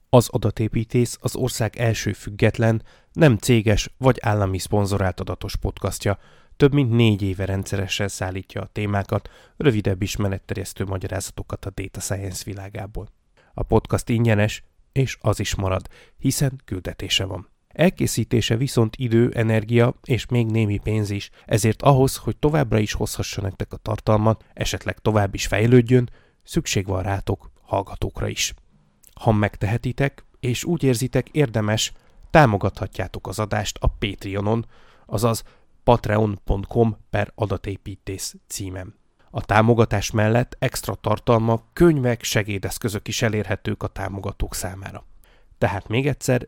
Az Adatépítész az ország első független, nem céges vagy állami szponzorált adatos podcastja. Több mint 4 éve rendszeresen szállítja a témákat, rövidebb ismeretterjesztő magyarázatokat a data science világából. A podcast ingyenes, és az is marad, hiszen küldetése van. Elkészítése viszont idő, energia és még némi pénz is, ezért ahhoz, hogy továbbra is hozhassa nektek a tartalmat, esetleg tovább is fejlődjön, szükség van rátok, hallgatókra is. Ha megtehetitek, és úgy érzitek érdemes, támogathatjátok az adást a Patreonon, azaz patreon.com/adatépítész címen. A támogatás mellett extra tartalmak, könyvek, segédeszközök is elérhetők a támogatók számára. Tehát még egyszer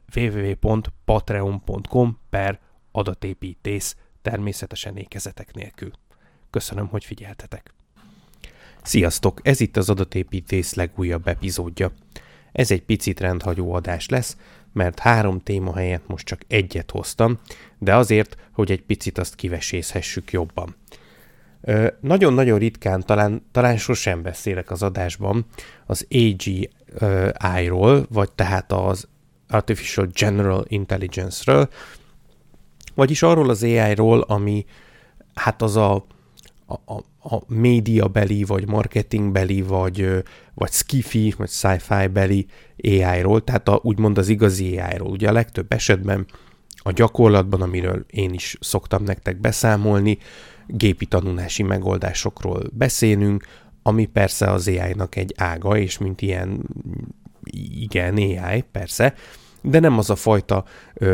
www.patreon.com/adatépítész, természetesen ékezetek nélkül. Köszönöm, hogy figyeltetek. Sziasztok! Ez itt az Adatépítész legújabb epizódja. Ez egy picit rendhagyó adás lesz, mert 3 téma helyett most csak egyet hoztam, de azért, hogy egy picit azt kivesészhessük jobban. Nagyon-nagyon ritkán, talán sosem beszélek az adásban az AGI-ról, vagy tehát az Artificial General Intelligence-ről, vagyis arról az AI-ról, ami hát az a médiabeli, vagy marketingbeli, vagy sci-fi, vagy sci-fi beli AI-ról, tehát úgymond az igazi AI-ról. Ugye a legtöbb esetben a gyakorlatban, amiről én is szoktam nektek beszámolni, gépi tanulási megoldásokról beszélünk, ami persze az AI-nak egy ága, és mint ilyen, igen, AI, persze, de nem az a fajta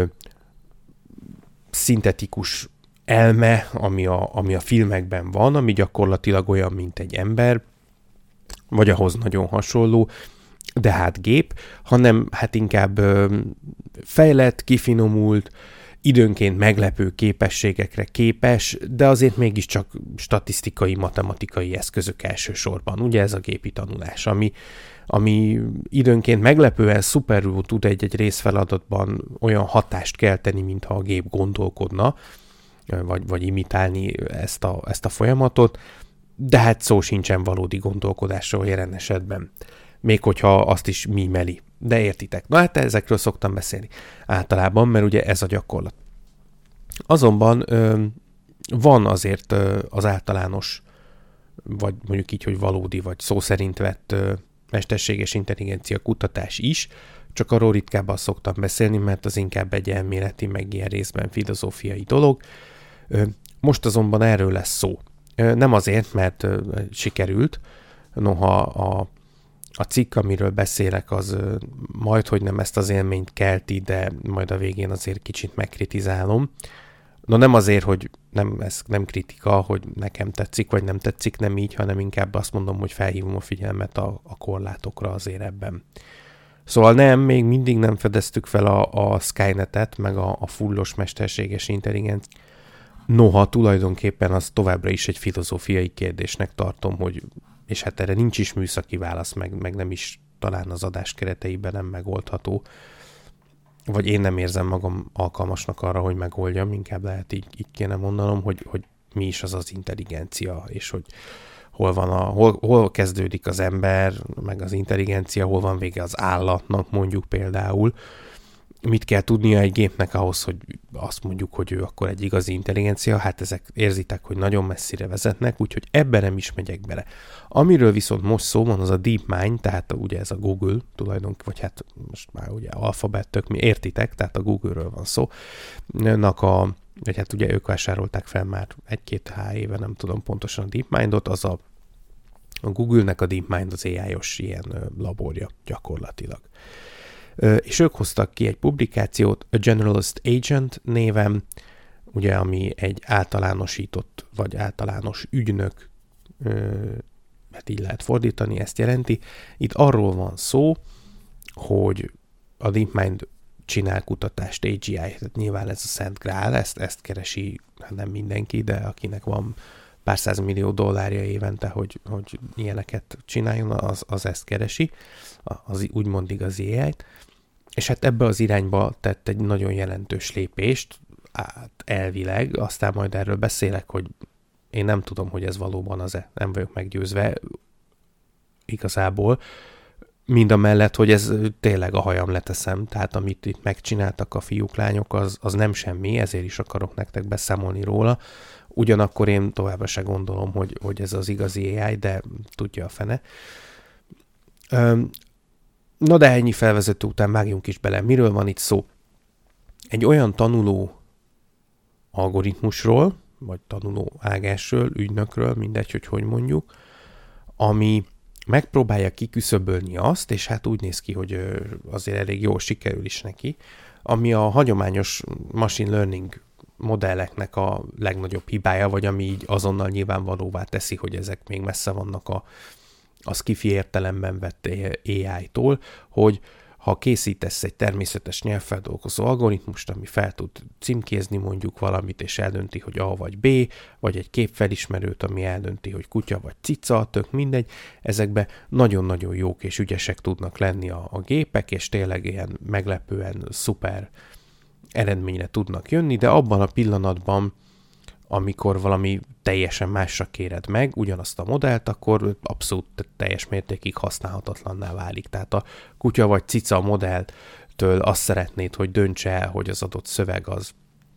szintetikus elme, ami a filmekben van, ami gyakorlatilag olyan, mint egy ember, vagy ahhoz nagyon hasonló, de hát gép, hanem hát inkább fejlett, kifinomult, időnként meglepő képességekre képes, de azért mégiscsak statisztikai, matematikai eszközök elsősorban. Ugye ez a gépi tanulás, ami időnként meglepően szuperül tud egy részfeladatban olyan hatást kelteni, mintha a gép gondolkodna, vagy imitálni ezt a folyamatot, de hát szó sincsen valódi gondolkodásról jelen esetben. Még hogyha azt is mímeli. De értitek. Na hát ezekről szoktam beszélni általában, mert ugye ez a gyakorlat. Azonban van azért az általános, vagy mondjuk így, hogy valódi, vagy szó szerint vett mesterséges intelligencia kutatás is, csak arról ritkábban szoktam beszélni, mert az inkább egy elméleti, meg ilyen részben filozófiai dolog. Most azonban erről lesz szó. Nem azért, mert sikerült, noha a cikk, amiről beszélek, az majdhogy nem ezt az élményt kelti, de majd a végén azért kicsit megkritizálom. No nem azért, hogy ez nem kritika, hogy nekem tetszik, vagy nem tetszik, nem így, hanem inkább azt mondom, hogy felhívom a figyelmet a korlátokra azért ebben. Szóval még mindig nem fedeztük fel a Skynet-et, meg a fullos mesterséges intelligenciát. Noha tulajdonképpen az továbbra is egy filozófiai kérdésnek tartom, és hát erre nincs is műszaki válasz, meg nem is talán az adás kereteiben nem megoldható. Vagy én nem érzem magam alkalmasnak arra, hogy megoldjam, inkább lehet így kéne mondanom, hogy mi is az intelligencia, és hogy hol kezdődik az ember, meg az intelligencia, hol van vége az állatnak mondjuk például. Mit kell tudnia egy gépnek ahhoz, hogy azt mondjuk, hogy ő akkor egy igazi intelligencia, hát ezek érzitek, hogy nagyon messzire vezetnek, úgyhogy ebben nem is megyek bele. Amiről viszont most szó van, az a DeepMind, tehát ugye ez a Google tulajdonképpen, vagy hát most már ugye Alphabet, mi értitek, tehát a Google-ről van szó, vagy hát ugye ők vásárolták fel már 1-2 éve, nem tudom pontosan a DeepMindot, az a Google-nek a DeepMind az AI-os ilyen laborja gyakorlatilag. És ők hoztak ki egy publikációt, a Generalist Agent néven, ugye, ami egy általánosított, vagy általános ügynök, hát így lehet fordítani, ezt jelenti. Itt arról van szó, hogy a DeepMind csinál kutatást, AGI, tehát nyilván ez a Szent Grál, ezt keresi, hát nem mindenki, de akinek van pár $100 millió évente, hogy ilyeneket csináljon, az ezt keresi, az úgymond igazi AI-t. És hát ebbe az irányba tett egy nagyon jelentős lépést, elvileg, aztán majd erről beszélek, hogy én nem tudom, hogy ez valóban az-e, nem vagyok meggyőzve igazából, Mind a mellett, hogy ez tényleg a hajam leteszem, tehát amit itt megcsináltak a fiúk, lányok, az nem semmi, ezért is akarok nektek beszámolni róla. Ugyanakkor én továbbra se gondolom, hogy ez az igazi AI, de tudja a fene. Na de ennyi felvezető után vágjunk is bele. Miről van itt szó? Egy olyan tanuló algoritmusról, vagy tanuló ágásról, ügynökről, mindegy, hogy mondjuk, ami megpróbálja kiküszöbölni azt, és hát úgy néz ki, hogy azért elég jól sikerül is neki, ami a hagyományos machine learning modelleknek a legnagyobb hibája, vagy ami így azonnal nyilvánvalóvá teszi, hogy ezek még messze vannak a sci-fi értelemben vett AI-tól, hogy ha készítesz egy természetes nyelvfeldolgozó algoritmust, ami fel tud címkézni mondjuk valamit, és eldönti, hogy A vagy B, vagy egy képfelismerőt, ami eldönti, hogy kutya vagy cica, tök mindegy, ezekben nagyon-nagyon jók és ügyesek tudnak lenni a gépek, és tényleg ilyen meglepően szuper eredményre tudnak jönni, de abban a pillanatban, amikor valami teljesen másra kéred meg, ugyanazt a modellt, akkor abszolút teljes mértékig használhatatlanná válik. Tehát a kutya vagy cica modelltől azt szeretnéd, hogy döntse el, hogy az adott szöveg az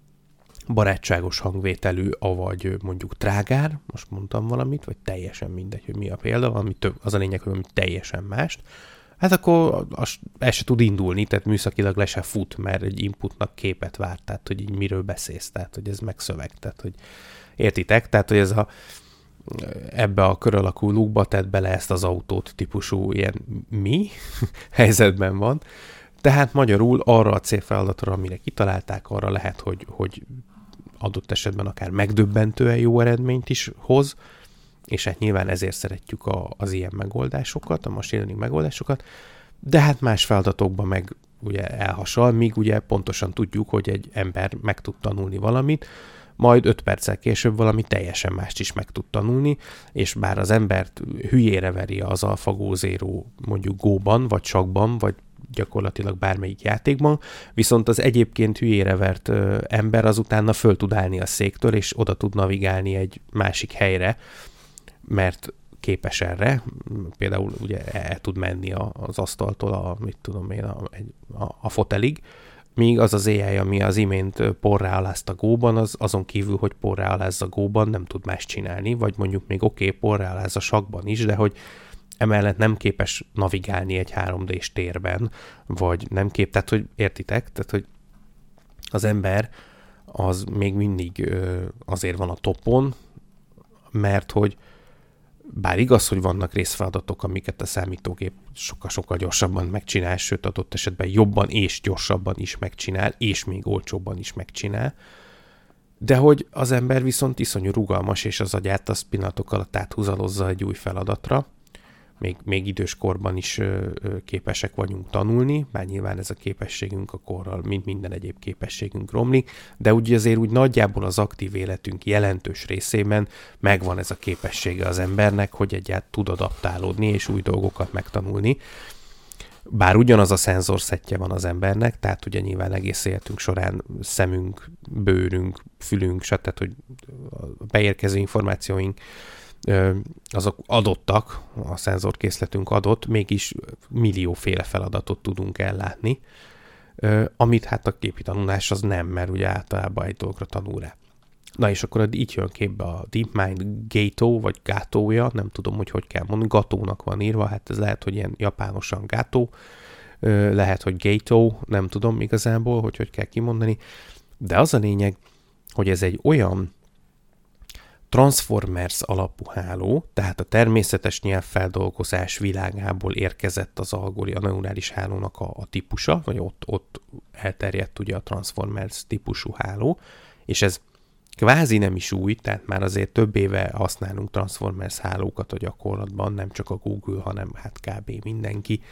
barátságos hangvételű, avagy mondjuk trágár, most mondtam valamit, vagy teljesen mindegy, hogy mi a példa, valami az a lényeg, hogy valami teljesen mást, hát akkor el se tud indulni, tehát műszakilag le se fut, mert egy inputnak képet vár, tehát hogy így miről beszélsz, tehát hogy ez meg szöveg, tehát hogy értitek, tehát hogy ez ebbe a kör alakú lukba tett bele ezt az autót típusú ilyen helyzetben van, tehát magyarul arra a célfeladatra, amire kitalálták, arra lehet, hogy adott esetben akár megdöbbentően jó eredményt is hoz, és hát nyilván ezért szeretjük az ilyen megoldásokat, a machine learning megoldásokat, de hát más feladatokban meg ugye elhasal, míg ugye pontosan tudjuk, hogy egy ember meg tud tanulni valamit, majd 5 perccel később valami teljesen mást is meg tud tanulni, és bár az embert hülyére veri az AlphaGo Zero mondjuk Go-ban, vagy Sakban, vagy gyakorlatilag bármelyik játékban, viszont az egyébként hülyére vert ember azutána föl tud állni a széktől, és oda tud navigálni egy másik helyre, mert képes erre, például ugye el tud menni az asztaltól a fotelig, míg az az AI, ami az imént porrá alázta Go-ban, azon kívül, hogy porrá alázza Go-ban, nem tud más csinálni, vagy mondjuk még porrá alázza Sakban is, de hogy emellett nem képes navigálni egy 3D-s térben, vagy nem tehát hogy értitek, tehát hogy az ember az még mindig azért van a topon, mert hogy bár igaz, hogy vannak részfeladatok, amiket a számítógép sokkal-sokkal gyorsabban megcsinál, sőt adott esetben jobban és gyorsabban is megcsinál, és még olcsóbban is megcsinál, de hogy az ember viszont iszonyú rugalmas, és az agyát az pillanatok alatt áthúzalozza egy új feladatra, még időskorban is képesek vagyunk tanulni, bár nyilván ez a képességünk a korral, mint minden egyéb képességünk romlik, de úgy azért úgy nagyjából az aktív életünk jelentős részében megvan ez a képessége az embernek, hogy egyáltalán tud adaptálódni és új dolgokat megtanulni. Bár ugyanaz a szenzorszettje van az embernek, tehát ugye nyilván egész életünk során szemünk, bőrünk, fülünk, tehát hogy a beérkező információink azok adottak, a szenzorkészletünk adott, mégis millióféle feladatot tudunk ellátni, amit hát a képi tanulás az nem, mert ugye általában egy dologra tanul rá. Na és akkor így jön képbe a DeepMind Gato, vagy Gatója, nem tudom, hogy kell mondani, Gatónak van írva, hát ez lehet, hogy ilyen japánosan Gato, lehet, hogy Gato, nem tudom igazából, hogy kell kimondani, de az a lényeg, hogy ez egy olyan Transformers alapú háló, tehát a természetes nyelvfeldolgozás világából érkezett az a neurális hálónak a típusa, vagy ott elterjedt ugye a Transformers típusú háló, és ez kvázi nem is új, tehát már azért több éve használunk Transformers hálókat a gyakorlatban, nem csak a Google, hanem hát kb. Mindenki.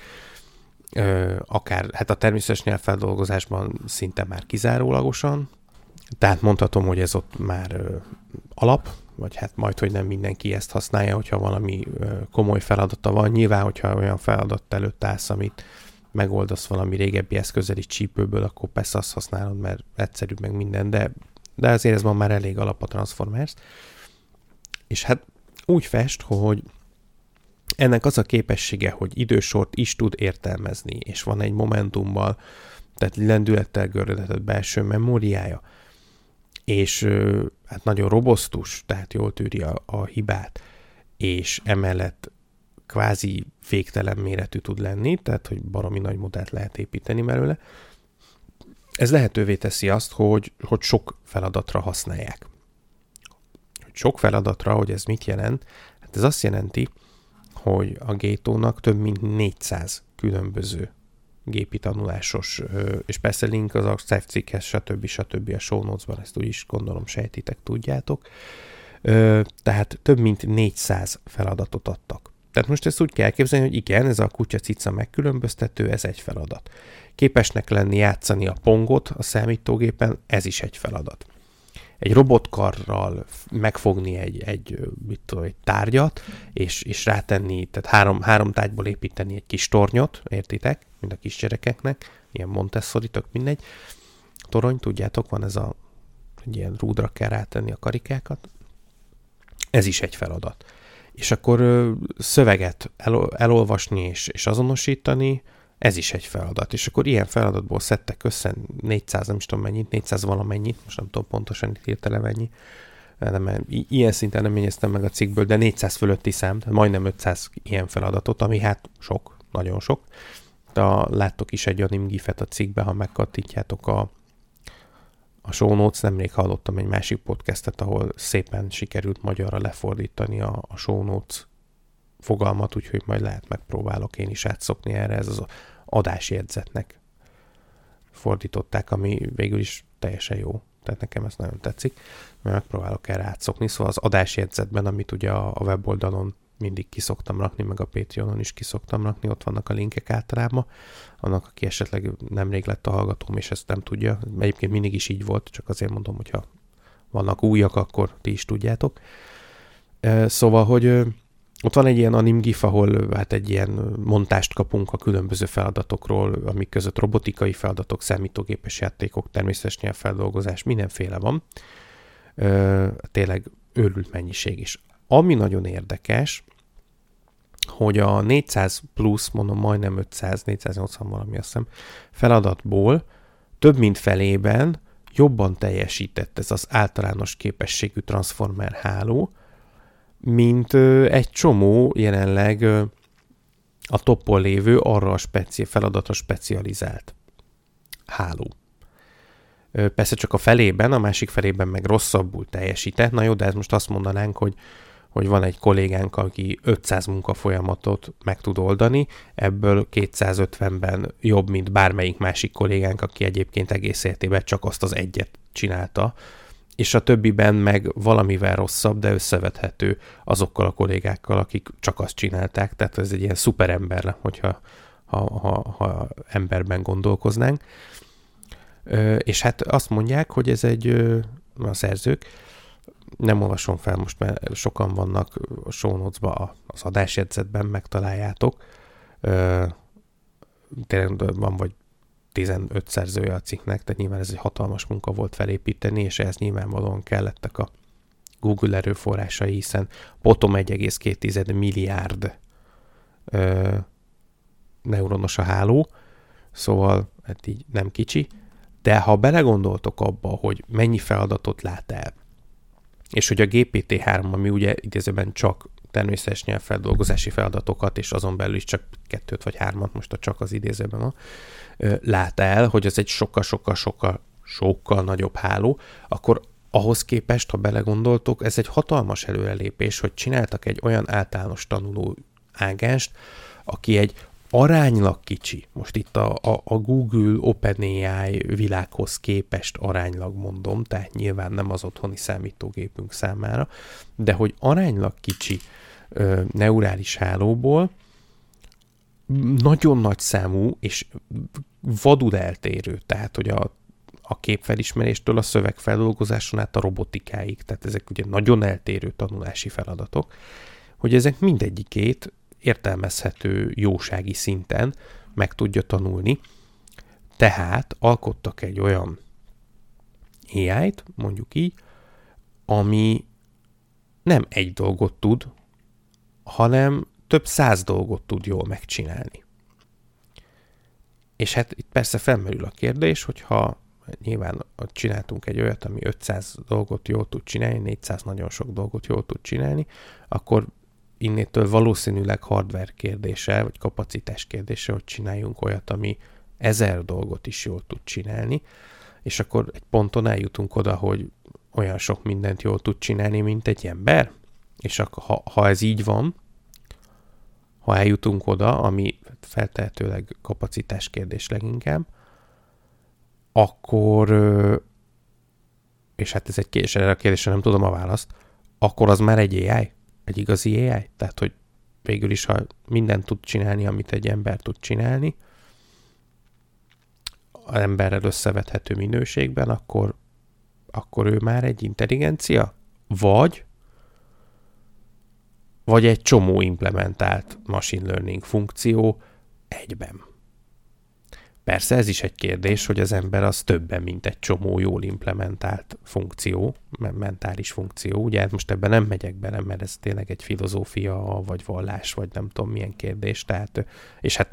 Akár hát a természetes nyelvfeldolgozásban szinte már kizárólagosan, tehát mondhatom, hogy ez ott már alap, vagy hát majd, hogy nem mindenki ezt használja, hogyha valami komoly feladata van. Nyilván, hogyha olyan feladat előtt állsz, amit megoldasz valami régebbi eszközzel is csípőből, akkor persze azt használod, mert egyszerűbb meg minden, de azért ez van már elég alap a Transformers. És hát úgy fest, hogy ennek az a képessége, hogy idősort is tud értelmezni, és van egy momentummal, tehát lendülettel gördetett belső memóriája, és hát nagyon robosztus, tehát jól tűri a hibát, és emellett kvázi végtelen méretű tud lenni, tehát hogy baromi nagy modellt lehet építeni belőle. Ez lehetővé teszi azt, hogy sok feladatra használják. Sok feladatra, hogy ez mit jelent? Hát ez azt jelenti, hogy a Gato-nak több mint 400 különböző gépi tanulásos, és persze link az akcikkhez, stb. A show notes-ban, ezt úgyis gondolom sejtitek, tudjátok. Tehát több mint 400 feladatot adtak. Tehát most ezt úgy kell elképzelni, hogy igen, ez a kutya-cica megkülönböztető, ez egy feladat. Képesnek lenni játszani a pongot a számítógépen, ez is egy feladat. Egy robotkarral megfogni egy tárgyat, és rátenni, tehát három tárgyból építeni egy kis tornyot, értitek? Mint a kisgyerekeknek, ilyen Montessori, tök mindegy. Torony, tudjátok, van ez egy ilyen rúdra kell rátenni a karikákat. Ez is egy feladat. És akkor szöveget elolvasni és azonosítani, ez is egy feladat. És akkor ilyen feladatból szedtek össze 400, nem is tudom mennyit, 400 valamennyit, most nem tudom pontosan itt hirtelen mennyi. Ilyen szinten nem jegyeztem meg a cikkből, de 400 fölötti szám, tehát majdnem 500 ilyen feladatot, ami hát sok, nagyon sok. De láttok is egy anim gifet a cikkbe, ha megkattintjátok a show notes, nemrég hallottam egy másik podcastet, ahol szépen sikerült magyarra lefordítani a show notes fogalmat, úgyhogy majd lehet megpróbálok én is átszokni erre, ez az adásjegyzetnek fordították, ami végül is teljesen jó, tehát nekem ez nagyon tetszik, mert megpróbálok erre átszokni, szóval az adásjegyzetben, amit ugye a weboldalon mindig kiszoktam rakni, meg a Patreonon is kiszoktam rakni, ott vannak a linkek általában, annak, aki esetleg nemrég lett a hallgatóm, és ezt nem tudja, egyébként mindig is így volt, csak azért mondom, hogyha vannak újak, akkor ti is tudjátok. Szóval, hogy ott van egy ilyen anim gif, ahol hát egy ilyen montást kapunk a különböző feladatokról, amik között robotikai feladatok, számítógépes játékok, természetes nyelvfeldolgozás, mindenféle van. Tényleg őrült mennyiség is. Ami nagyon érdekes, hogy a 400 plusz, mondom majdnem 500, 480 valami azt hiszem, feladatból több mint felében jobban teljesített ez az általános képességű transformer háló, mint egy csomó jelenleg a toppon lévő arra a feladatra specializált háló. Persze csak a felében, a másik felében meg rosszabbul teljesített. Na jó, de ez most azt mondanánk, hogy van egy kollégánk, aki 500 munkafolyamatot meg tud oldani, ebből 250-ben jobb, mint bármelyik másik kollégánk, aki egyébként egész életében csak azt az egyet csinálta, és a többiben meg valamivel rosszabb, de összevethető azokkal a kollégákkal, akik csak azt csinálták, tehát ez egy ilyen szuperember, hogyha ha emberben gondolkoznánk. És hát azt mondják, hogy ez a szerzők, nem olvasom fel most, mert sokan vannak a show notes-ban, az adásjegyzetben megtaláljátok. Tényleg van vagy 15 szerzője a cikknek, tehát nyilván ez egy hatalmas munka volt felépíteni, és ehhez nyilvánvalóan kellettek a Google erőforrásai, hiszen potom 1,2 milliárd neuronos a háló, szóval hát így nem kicsi, de ha belegondoltok abba, hogy mennyi feladatot lát el, és hogy a GPT-3, ami ugye idézőben csak természetes nyelvfeldolgozási feladatokat, és azon belül is csak 2 vagy 3, most a csak az idézőben van, lát el, hogy ez egy sokkal nagyobb háló, akkor ahhoz képest, ha belegondoltok, ez egy hatalmas előrelépés, hogy csináltak egy olyan általános tanuló ágást, aki egy aránylag kicsi, most itt a Google OpenAI világhoz képest aránylag mondom, tehát nyilván nem az otthoni számítógépünk számára, de hogy aránylag kicsi neurális hálóból nagyon nagy számú és vadul eltérő, tehát hogy a képfelismeréstől a szövegfeldolgozáson át a robotikáig, tehát ezek ugye nagyon eltérő tanulási feladatok, hogy ezek mindegyikét értelmezhető jósági szinten meg tudja tanulni. Tehát alkottak egy olyan AI-t, mondjuk így, ami nem egy dolgot tud, hanem több 100 dolgot tud jól megcsinálni. És hát itt persze felmerül a kérdés, hogyha nyilván csináltunk egy olyat, ami 500 dolgot jól tud csinálni, 400 nagyon sok dolgot jól tud csinálni, akkor innétől valószínűleg hardware kérdése, vagy kapacitás kérdése, hogy csináljunk olyat, ami 1000 dolgot is jól tud csinálni, és akkor egy ponton eljutunk oda, hogy olyan sok mindent jól tud csinálni, mint egy ember, és ha ez így van, ha eljutunk oda, ami feltehetőleg kapacitás kérdés leginkább, akkor, és hát ez egy kérdés, erre a kérdésre nem tudom a választ, akkor az már egy AI, egy igazi AI. Tehát, hogy végül is, ha mindent tud csinálni, amit egy ember tud csinálni, az emberrel összevethető minőségben, akkor ő már egy intelligencia? Vagy egy csomó implementált machine learning funkció egyben. Persze ez is egy kérdés, hogy az ember az többen, mint egy csomó jól implementált funkció, mentális funkció. Ugye most ebben nem megyek bele, mert ez tényleg egy filozófia, vagy vallás, vagy nem tudom milyen kérdés. Tehát, és hát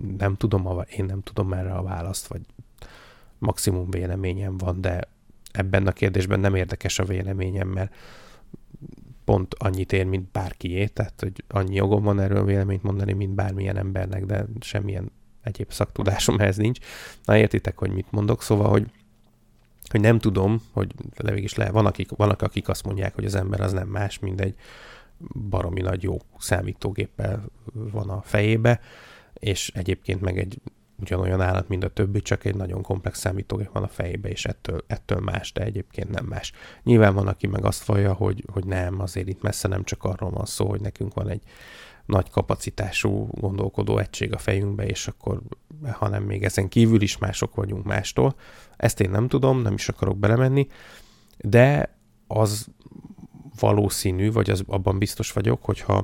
én nem tudom erre a választ, vagy maximum véleményem van, de ebben a kérdésben nem érdekes a véleményem, mert pont annyit ér, mint bárkié, tehát hogy annyi jogom van erről véleményt mondani, mint bármilyen embernek, de semmilyen egyéb szaktudásom ehhez nincs. Na értitek, hogy mit mondok, szóval, hogy nem tudom, hogy végig vannak, akik azt mondják, hogy az ember az nem más, mint egy baromi nagy jó számítógéppel van a fejébe, és egyébként meg egy ugyanolyan állat, mint a többi, csak egy nagyon komplex számítógép van a fejébe, és ettől más, de egyébként nem más. Nyilván van, aki meg azt vallja, hogy nem, azért itt messze nem csak arról van szó, hogy nekünk van egy nagy kapacitású gondolkodó egység a fejünkbe, és akkor, hanem még ezen kívül is mások vagyunk mástól. Ezt én nem tudom, nem is akarok belemenni, de az valószínű, vagy abban biztos vagyok,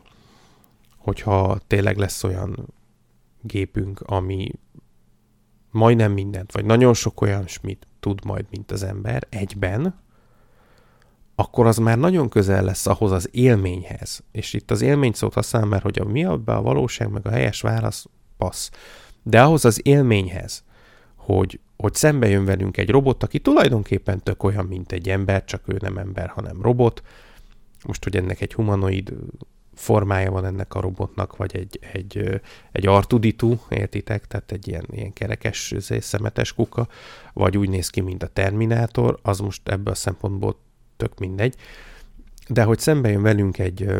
hogyha tényleg lesz olyan gépünk, ami majdnem mindent, vagy nagyon sok olyasmit tud majd, mint az ember egyben, akkor az már nagyon közel lesz ahhoz az élményhez. És itt az élmény szót használom, mert hogy mi a valóság, meg a helyes válasz, passz. De ahhoz az élményhez, hogy szembe jön velünk egy robot, aki tulajdonképpen tök olyan, mint egy ember, csak ő nem ember, hanem robot. Most, hogy ennek egy humanoid formája van ennek a robotnak, vagy egy R2-D2, értitek? Tehát egy ilyen kerekes, szemetes kuka, vagy úgy néz ki, mint a Terminátor, az most ebből a szempontból tök mindegy. De hogy szembe jön velünk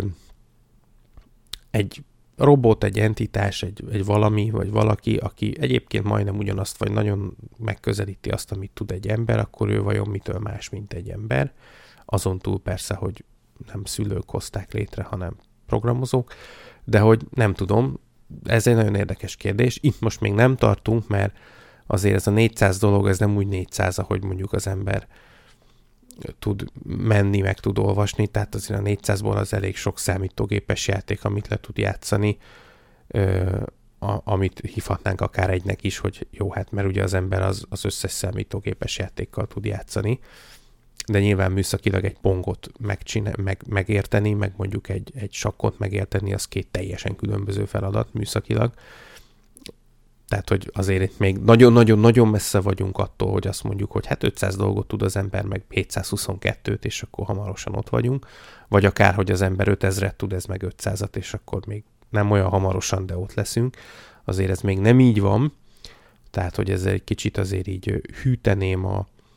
egy robot, egy entitás, egy valami, vagy valaki, aki egyébként majdnem ugyanazt, vagy nagyon megközelíti azt, amit tud egy ember, akkor ő vajon mitől más, mint egy ember. Azon túl persze, hogy nem szülők hozták létre, hanem programozók, de hogy nem tudom, ez egy nagyon érdekes kérdés. Itt most még nem tartunk, mert azért ez a 400 dolog, ez nem úgy 400, ahogy mondjuk az ember tud menni, meg tud olvasni, tehát azért a 400-ból az elég sok számítógépes játék, amit le tud játszani, amit hívhatnánk akár egynek is, hogy jó, hát mert ugye az ember az összes számítógépes játékkal tud játszani, de nyilván műszakilag egy pongot megérteni, meg mondjuk egy sakkot megérteni, az két teljesen különböző feladat műszakilag. Tehát, hogy azért itt még nagyon-nagyon-nagyon messze vagyunk attól, hogy azt mondjuk, hogy hát 500 dolgot tud az ember, meg 722-t, és akkor hamarosan ott vagyunk. Vagy akár, hogy az ember 5000-et tud, ez meg 500-at, és akkor még nem olyan hamarosan, de ott leszünk. Azért ez még nem így van. Tehát, hogy ez egy kicsit azért így hűteném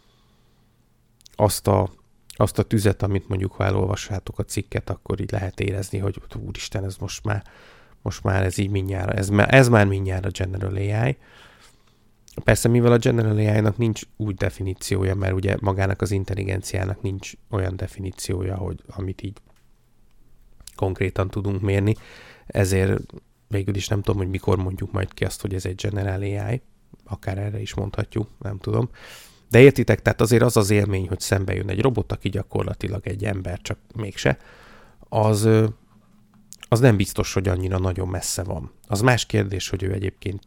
azt a tüzet, amit mondjuk, ha elolvassátok a cikket, akkor így lehet érezni, hogy úristen, ez most már ez így mindjárt, ez már mindjárt a General AI. Persze, mivel a General AI-nak nincs úgy definíciója, mert ugye magának az intelligenciának nincs olyan definíciója, hogy amit így konkrétan tudunk mérni, ezért végül is nem tudom, hogy mikor mondjuk majd ki azt, hogy ez egy General AI, akár erre is mondhatjuk, nem tudom. De értitek, tehát azért az az élmény, hogy szembe jön egy robot, aki gyakorlatilag egy ember, csak mégse, az nem biztos, hogy annyira nagyon messze van. Az más kérdés, hogy ő egyébként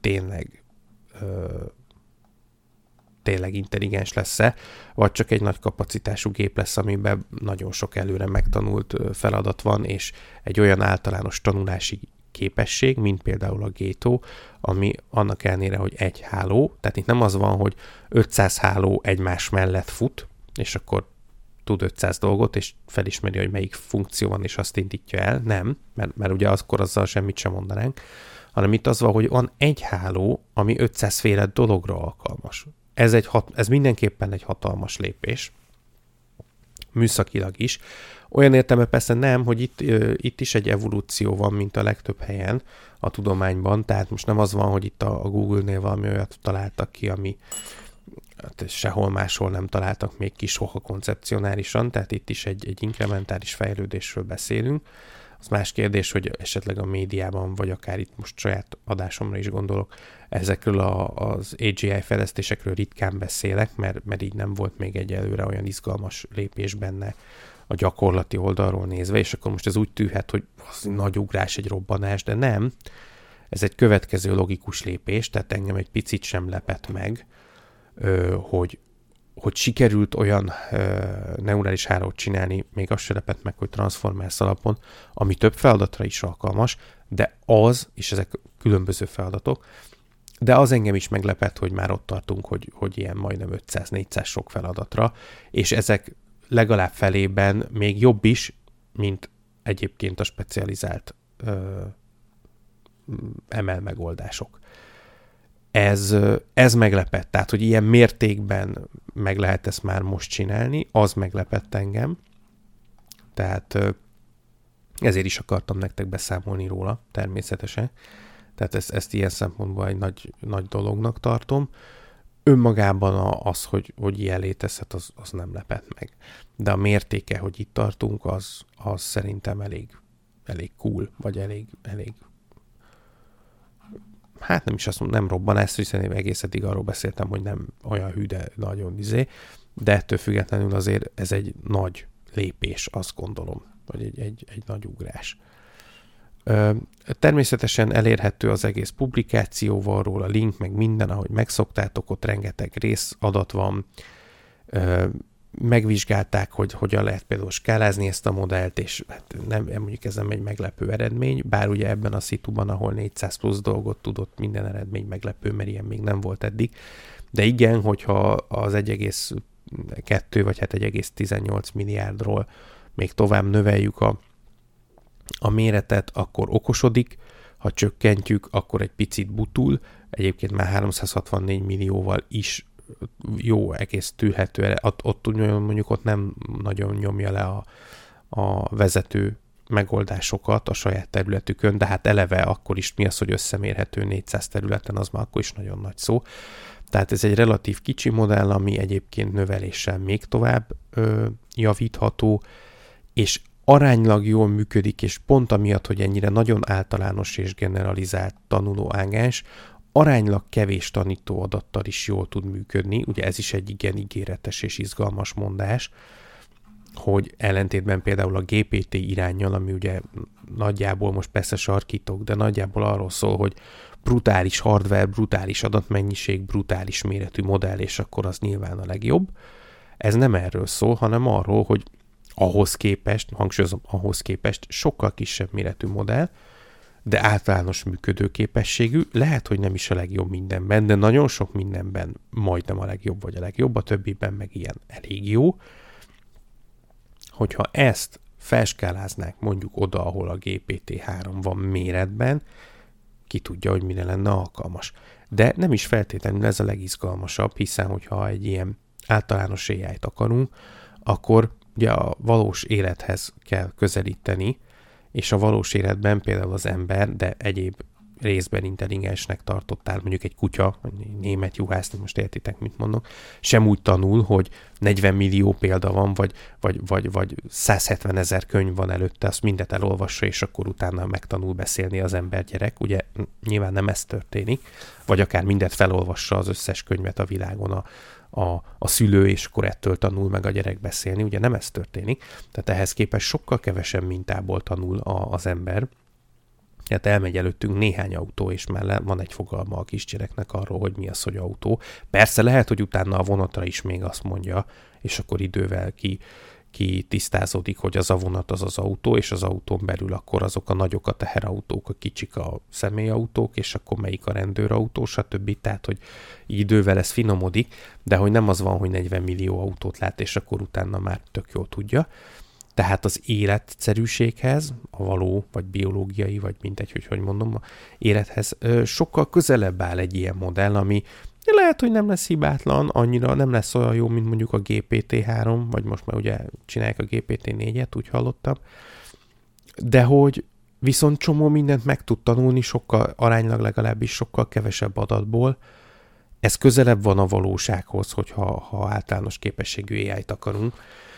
tényleg intelligens lesz-e, vagy csak egy nagy kapacitású gép lesz, amiben nagyon sok előre megtanult feladat van, és egy olyan általános tanulási képesség, mint például a Gato, ami annak ellenére, hogy egy háló, tehát itt nem az van, hogy 500 háló egymás mellett fut, és akkor tud 500 dolgot, és felismeri, hogy melyik funkció van, és azt indítja el. Nem, mert ugye akkor azzal semmit sem mondanánk, hanem itt az van, hogy van egy háló, ami 500 féle dologra alkalmas. Ez mindenképpen egy hatalmas lépés, műszakilag is. Olyan értelme persze nem, hogy itt is egy evolúció van, mint a legtöbb helyen a tudományban, tehát most nem az van, hogy itt a Google-nél valami olyat találtak ki, ami sehol máshol nem találtak még ki soha koncepcionálisan, tehát itt is egy inkrementális fejlődésről beszélünk. Az más kérdés, hogy esetleg a médiában, vagy akár itt most saját adásomra is gondolok, ezekről az AGI fejlesztésekről ritkán beszélek, mert így nem volt még egyelőre olyan izgalmas lépés benne a gyakorlati oldalról nézve, és akkor most ez úgy tűnhet, hogy az nagy ugrás, egy robbanás, de nem. Ez egy következő logikus lépés, tehát engem egy picit sem lepett meg, hogy sikerült olyan neurális hálót csinálni, még azt se lepett meg, hogy Transformers alapon, ami több feladatra is alkalmas, de az, és ezek különböző feladatok, de az engem is meglepett, hogy már ott tartunk, hogy ilyen majdnem 500-400 sok feladatra, és ezek legalább felében még jobb is, mint egyébként a specializált ML megoldások. Ez meglepett, tehát, hogy ilyen mértékben meg lehet ezt már most csinálni, az meglepett engem, tehát ezért is akartam nektek beszámolni róla, természetesen, tehát ezt ilyen szempontból egy nagy dolognak tartom. Önmagában az, hogy ilyen létezhet, az nem lepett meg. De a mértéke, hogy itt tartunk, az szerintem elég cool, vagy elég hát nem is azt mondom, nem robbanás, hiszen egész eddig arról beszéltem, hogy nem olyan hű, de nagyon de ettől függetlenül azért ez egy nagy lépés, azt gondolom, vagy egy nagy ugrás. Természetesen elérhető az egész publikációval róla, link, meg minden, ahogy megszoktátok, ott rengeteg részadat van, megvizsgálták, hogy hogyan lehet például skálázni ezt a modellt, és hát mondjuk ez nem egy meglepő eredmény, bár ugye ebben a szituban, ahol 400 plusz dolgot tudott, minden eredmény meglepő, mert ilyen még nem volt eddig. De igen, hogyha az 1,2 vagy hát 1,18 milliárdról még tovább növeljük a méretet, akkor okosodik, ha csökkentjük, akkor egy picit butul, egyébként már 364 millióval is jó, egész tűrhető, ott mondjuk ott nem nagyon nyomja le a vezető megoldásokat a saját területükön, de hát eleve akkor is mi az, hogy összemérhető 400 területen, az már akkor is nagyon nagy szó. Tehát ez egy relatív kicsi modell, ami egyébként növeléssel még tovább javítható, és aránylag jól működik, és pont amiatt, hogy ennyire nagyon általános és generalizált tanuló ágás, aránylag kevés tanító adattal is jól tud működni. Ugye ez is egy igen ígéretes és izgalmas mondás, hogy ellentétben például a GPT iránnyal, ami ugye nagyjából most persze sarkítok, de nagyjából arról szól, hogy brutális hardware, brutális adatmennyiség, brutális méretű modell, és akkor az nyilván a legjobb. Ez nem erről szól, hanem arról, hogy ahhoz képest, hangsúlyozom, ahhoz képest sokkal kisebb méretű modell, de általános működőképességű, lehet, hogy nem is a legjobb mindenben, de nagyon sok mindenben majdnem a legjobb vagy a legjobb, a többiben meg ilyen elég jó. Hogyha ezt felskáláznák mondjuk oda, ahol a GPT-3 van méretben, ki tudja, hogy mire lenne alkalmas. De nem is feltétlenül ez a legizgalmasabb, hiszen hogyha egy ilyen általános AI-t akarunk, akkor ugye a valós élethez kell közelíteni, és a valós életben például az ember, de egyéb részben intelligensnek tartottál, mondjuk egy kutya, vagy egy német juhász, most értitek, mit mondok, sem úgy tanul, hogy 40 millió példa van, vagy 170 000 könyv van előtte, azt mindet elolvassa, és akkor utána megtanul beszélni az embergyerek. Ugye nyilván nem ez történik, vagy akár mindet felolvassa, az összes könyvet a világon a szülő, és akkor ettől tanul meg a gyerek beszélni. Ugye nem ez történik, tehát ehhez képest sokkal kevesebb mintából tanul az ember. Tehát elmegy előttünk néhány autó, és már van egy fogalma a kisgyereknek arról, hogy mi az, hogy autó. Persze lehet, hogy utána a vonatra is még azt mondja, és akkor idővel tisztázódik, hogy az a vonat az autó, és az autón belül akkor azok a nagyok a teherautók, a kicsik a személyautók, és akkor melyik a rendőrautó, stb. Tehát, hogy idővel ez finomodik, de hogy nem az van, hogy 40 millió autót lát, és akkor utána már tök jól tudja. Tehát az életszerűséghez, a való, vagy biológiai, vagy mindegy, hogy mondom, a élethez sokkal közelebb áll egy ilyen modell, ami lehet, hogy nem lesz hibátlan, annyira nem lesz olyan jó, mint mondjuk a GPT-3, vagy most már ugye csinálják a GPT-4-et, úgy hallottam, de hogy viszont csomó mindent meg tud tanulni, sokkal, aránylag legalábbis sokkal kevesebb adatból. Ez közelebb van a valósághoz, hogyha általános képességű AI-t akarunk,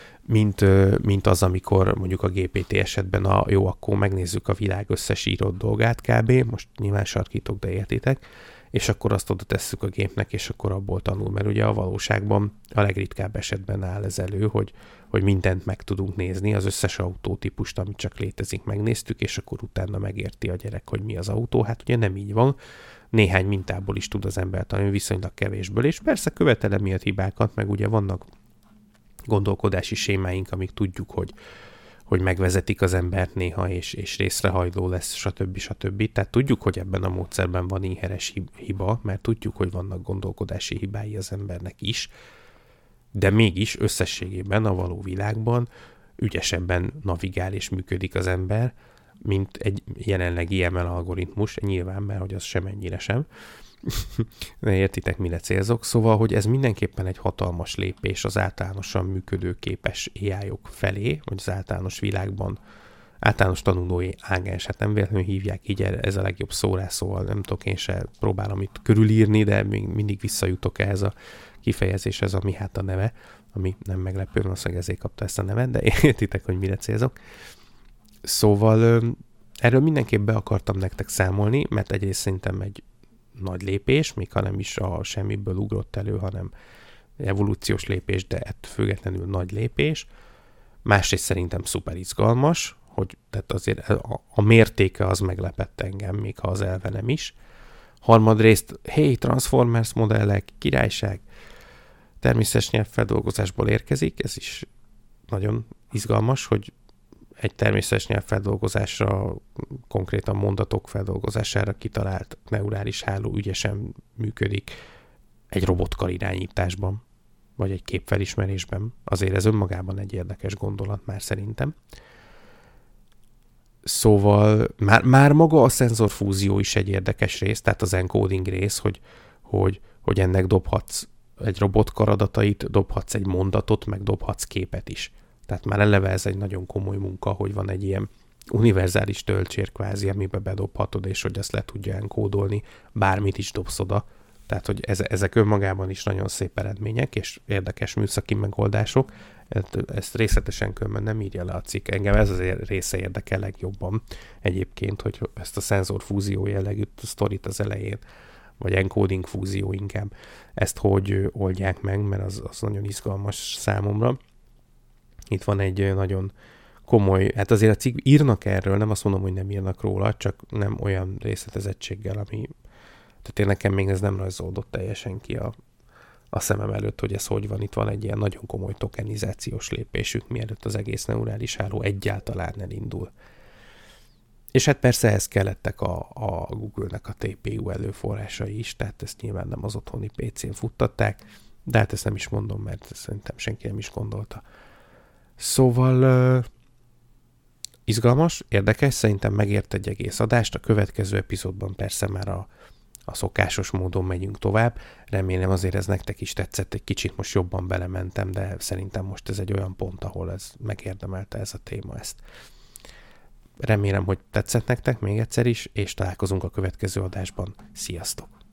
mint az, amikor mondjuk a GPT esetben akkor megnézzük a világ összes írott dolgát kb. Most nyilván sarkítok, de értitek, és akkor azt oda tesszük a gépnek, és akkor abból tanul, mert ugye a valóságban a legritkább esetben áll ez elő, hogy mindent meg tudunk nézni, az összes autótípust, amit csak létezik, megnéztük, és akkor utána megérti a gyerek, hogy mi az autó. Hát ugye nem így van, néhány mintából is tud az ember tanulni, viszonylag kevésből, és persze követel emiatt hibákat, meg ugye vannak gondolkodási sémáink, amik tudjuk, hogy megvezetik az embert néha, és részrehajló lesz, stb. Tehát tudjuk, hogy ebben a módszerben van inheres hiba, mert tudjuk, hogy vannak gondolkodási hibái az embernek is, de mégis összességében a való világban ügyesebben navigál és működik az ember, mint egy jelenlegi ML algoritmus, nyilván, mert hogy az sem ennyire sem. Értitek, mire célzok? Szóval, hogy ez mindenképpen egy hatalmas lépés az általánosan működőképes AI-ok felé, vagy az általános világban, általános tanulói ágens, hát nem véletlenül hívják így, ez a legjobb szórás, szóval nem tudok, én se próbálom itt körülírni, de még mindig visszajutok ehhez a kifejezéshez, ami hát a neve, ami nem meglepő, valószínűleg ezért kapta ezt a nevet, de értitek, hogy mire célzok. Szóval erről mindenképp be akartam nektek számolni, mert egyrészt szerintem egy nagy lépés, még ha nem is a semmiből ugrott elő, hanem evolúciós lépés, de ettől függetlenül nagy lépés. Másrészt szerintem szuper izgalmas, hogy tehát azért a mértéke az meglepett engem, még ha az elve nem is. Harmadrészt, Transformers modellek, királyság, természetes nyelvfeldolgozásból érkezik, ez is nagyon izgalmas, hogy egy természetes nyelvfeldolgozásra, konkrétan mondatok feldolgozására kitalált neurális háló ügyesen működik egy robotkar irányításban, vagy egy képfelismerésben. Azért ez önmagában egy érdekes gondolat már szerintem. Szóval már maga a szenzorfúzió is egy érdekes rész, tehát az encoding rész, hogy ennek dobhatsz egy robotkar adatait, dobhatsz egy mondatot, meg dobhatsz képet is. Tehát már eleve ez egy nagyon komoly munka, hogy van egy ilyen univerzális töltsér kvázi, amiben bedobhatod, és hogy azt le tudja enkódolni, bármit is dobsz oda. Tehát, hogy ezek önmagában is nagyon szép eredmények, és érdekes műszaki megoldások. Ezt részletesen különben nem írja le a cikk. Engem ez az része érdekel legjobban egyébként, hogy ezt a szenzorfúzió jellegű sztorit az elején, vagy encoding fúzió inkább, ezt hogy oldják meg, mert az nagyon izgalmas számomra. Itt van egy nagyon komoly, hát azért a cikk írnak erről, nem azt mondom, hogy nem írnak róla, csak nem olyan részletezettséggel, ami, tehát én nekem még ez nem rajzolódott teljesen ki a szemem előtt, hogy ez hogy van. Itt van egy ilyen nagyon komoly tokenizációs lépésük, mielőtt az egész neurális háló egyáltalán elindul. És hát persze ehhez kellettek a Google-nek a TPU előforrásai is, tehát ezt nyilván nem az otthoni PC-n futtatták, de hát ezt nem is mondom, mert szerintem senki nem is gondolta. Szóval izgalmas, érdekes, szerintem megért egy egész adást, a következő epizódban persze már a szokásos módon megyünk tovább. Remélem azért ez nektek is tetszett, egy kicsit most jobban belementem, de szerintem most ez egy olyan pont, ahol ez megérdemelte ez a téma ezt. Remélem, hogy tetszett nektek még egyszer is, és találkozunk a következő adásban. Sziasztok!